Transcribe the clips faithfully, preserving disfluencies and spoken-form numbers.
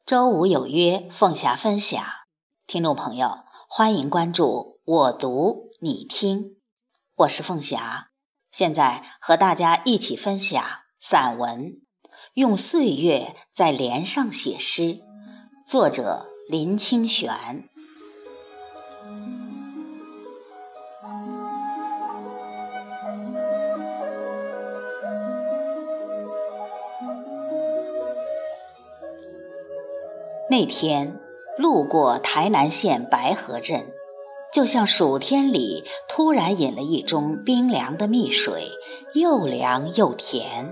周五有约，凤霞分享。听众朋友，欢迎关注我读你听，我是凤霞，现在和大家一起分享散文《用岁月在莲上写诗》，作者林清玄。那天路过台南县白河镇，就像暑天里突然饮了一盅冰凉的蜜水，又凉又甜。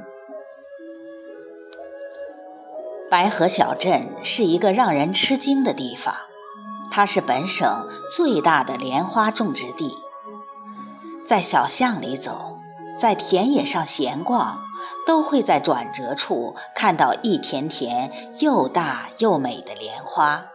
白河小镇是一个让人吃惊的地方，它是本省最大的莲花种植地。在小巷里走，在田野上闲逛，都会在转折处看到一田田又大又美的莲花。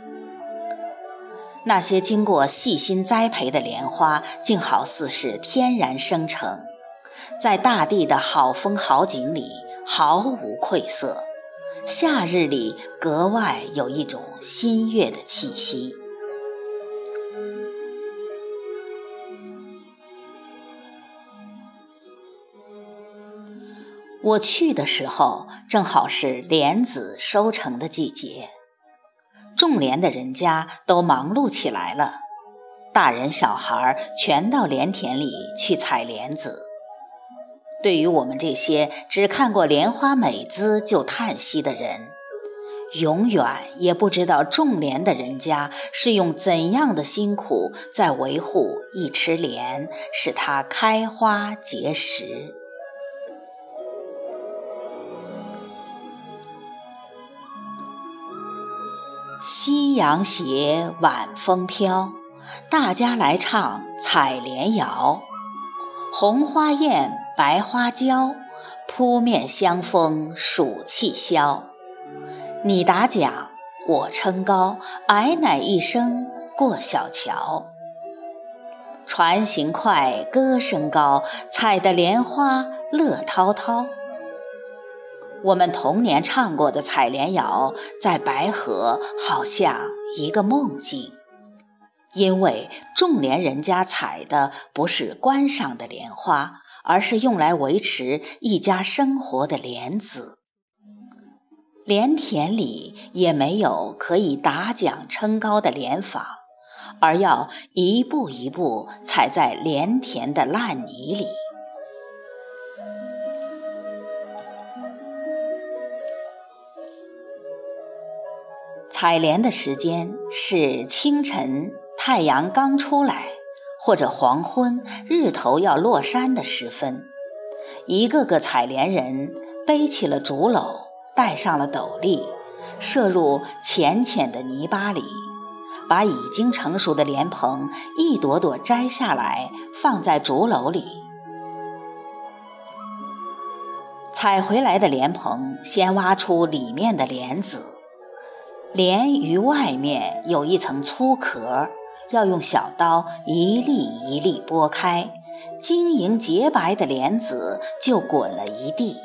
那些经过细心栽培的莲花，竟好似是天然生成，在大地的好风好景里毫无愧色，夏日里格外有一种新月的气息。我去的时候，正好是莲子收成的季节，种莲的人家都忙碌起来了，大人小孩全到莲田里去采莲子。对于我们这些只看过莲花美姿就叹息的人，永远也不知道种莲的人家是用怎样的辛苦在维护一池莲，使它开花结实。夕阳斜，晚风飘，大家来唱采莲谣。红花艳，白花娇，扑面香风暑气消。你打桨，我撑篙，矮乃一声过小桥。船行快，歌声高，采的莲花乐滔滔。我们童年唱过的采莲谣，在白河好像一个梦境，因为种莲人家采的不是观赏的莲花，而是用来维持一家生活的莲子。莲田里也没有可以打桨撑篙的莲舫，而要一步一步踩在莲田的烂泥里。采莲的时间是清晨太阳刚出来，或者黄昏日头要落山的时分，一个个采莲人背起了竹篓，戴上了斗笠，射入浅浅的泥巴里，把已经成熟的莲蓬一朵朵摘下来，放在竹篓里。采回来的莲蓬先挖出里面的莲子，莲于外面有一层粗壳，要用小刀一粒一粒剥开，晶莹洁白的莲子就滚了一地。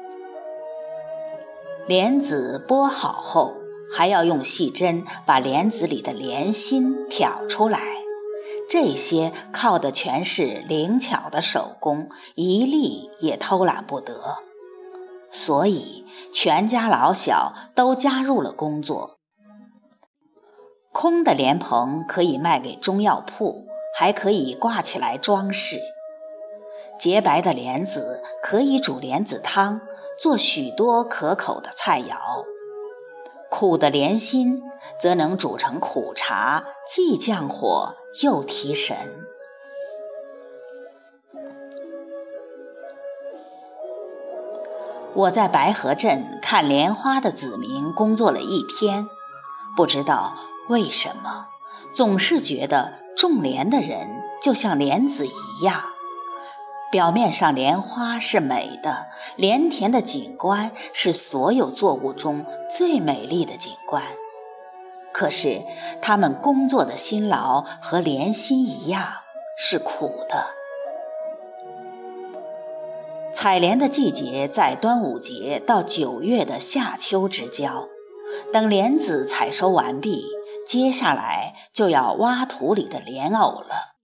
莲子剥好后，还要用细针把莲子里的莲心挑出来，这些靠的全是灵巧的手工，一粒也偷懒不得。所以全家老小都加入了工作。空的莲蓬可以卖给中药铺，还可以挂起来装饰。洁白的莲子可以煮莲子汤，做许多可口的菜肴。苦的莲心则能煮成苦茶，既降火又提神。我在白河镇看莲花的子民工作了一天，不知道为什么总是觉得种莲的人就像莲子一样，表面上莲花是美的，莲田的景观是所有作物中最美丽的景观，可是他们工作的辛劳和莲心一样是苦的。采莲的季节在端午节到九月的夏秋之交， 等莲子采收完毕，接下来就要挖土里的莲藕了。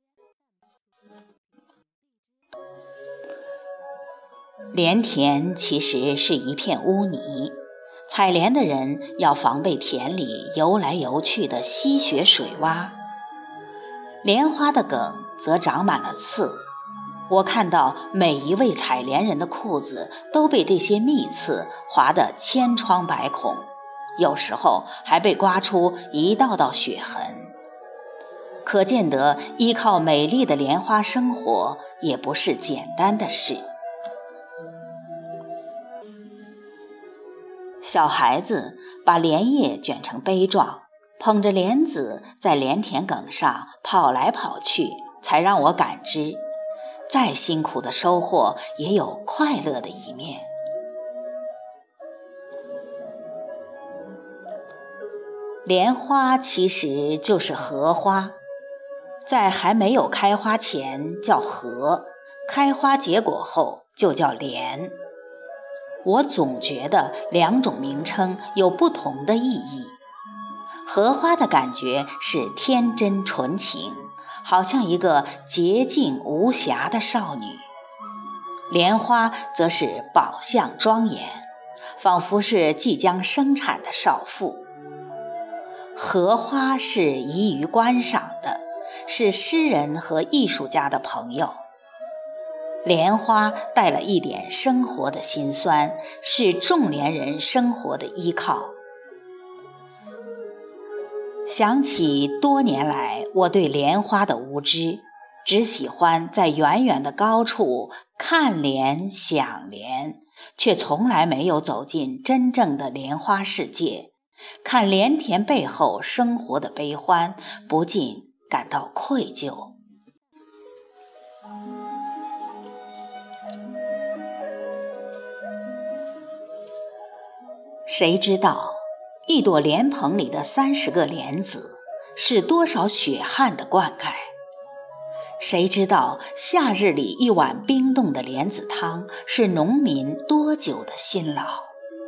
莲田其实是一片污泥，采莲的人要防备田里游来游去的溪穴水洼。莲花的梗则长满了刺，我看到每一位采莲人的裤子都被这些蜜刺划得千疮百孔，有时候还被刮出一道道血痕。可见得依靠美丽的莲花生活也不是简单的事。小孩子把莲叶卷成杯状，捧着莲子在莲田埂上跑来跑去，才让我感知，再辛苦的收获也有快乐的一面。莲花其实就是荷花，在还没有开花前叫荷，开花结果后就叫莲。我总觉得两种名称有不同的意义。荷花的感觉是天真纯情，好像一个洁净无瑕的少女；莲花则是宝相庄严，仿佛是即将生产的少妇。荷花是宜于观赏的，是诗人和艺术家的朋友；莲花带了一点生活的辛酸，是众莲人生活的依靠。想起多年来我对莲花的无知，只喜欢在远远的高处看莲想莲，却从来没有走进真正的莲花世界，看莲田背后生活的悲欢，不禁感到愧疚。谁知道一朵莲蓬里的三十个莲子是多少血汗的灌溉？谁知道夏日里一碗冰冻的莲子汤是农民多久的辛劳？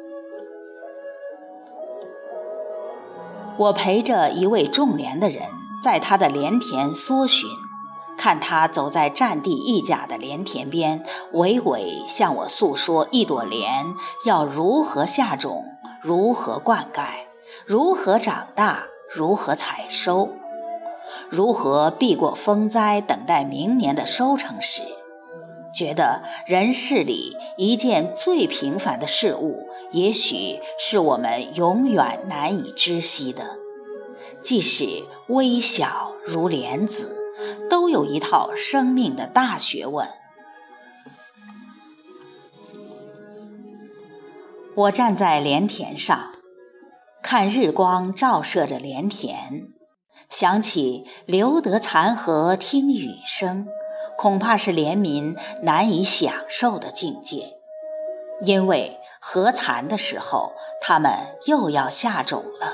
我陪着一位种莲的人，在他的莲田搜寻，看他走在占地一甲的莲田边，娓娓向我诉说一朵莲要如何下种，如何灌溉，如何长大，如何采收，如何避过风灾，等待明年的收成时，觉得人世里一件最平凡的事物，也许是我们永远难以知悉的。即使微小如莲子，都有一套生命的大学问。我站在莲田上，看日光照射着莲田，想起留得残荷听雨声，恐怕是莲民难以享受的境界。因为荷残的时候，他们又要下种了。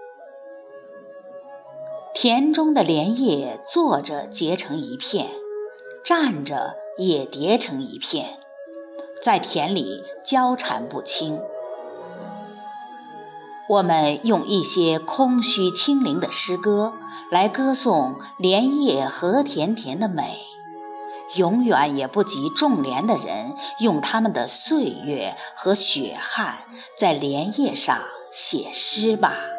田中的莲叶坐着结成一片，站着也叠成一片，在田里交缠不清。我们用一些空虚清灵的诗歌来歌颂莲叶荷田田的美，永远也不及种莲的人用他们的岁月和血汗在莲叶上写诗吧。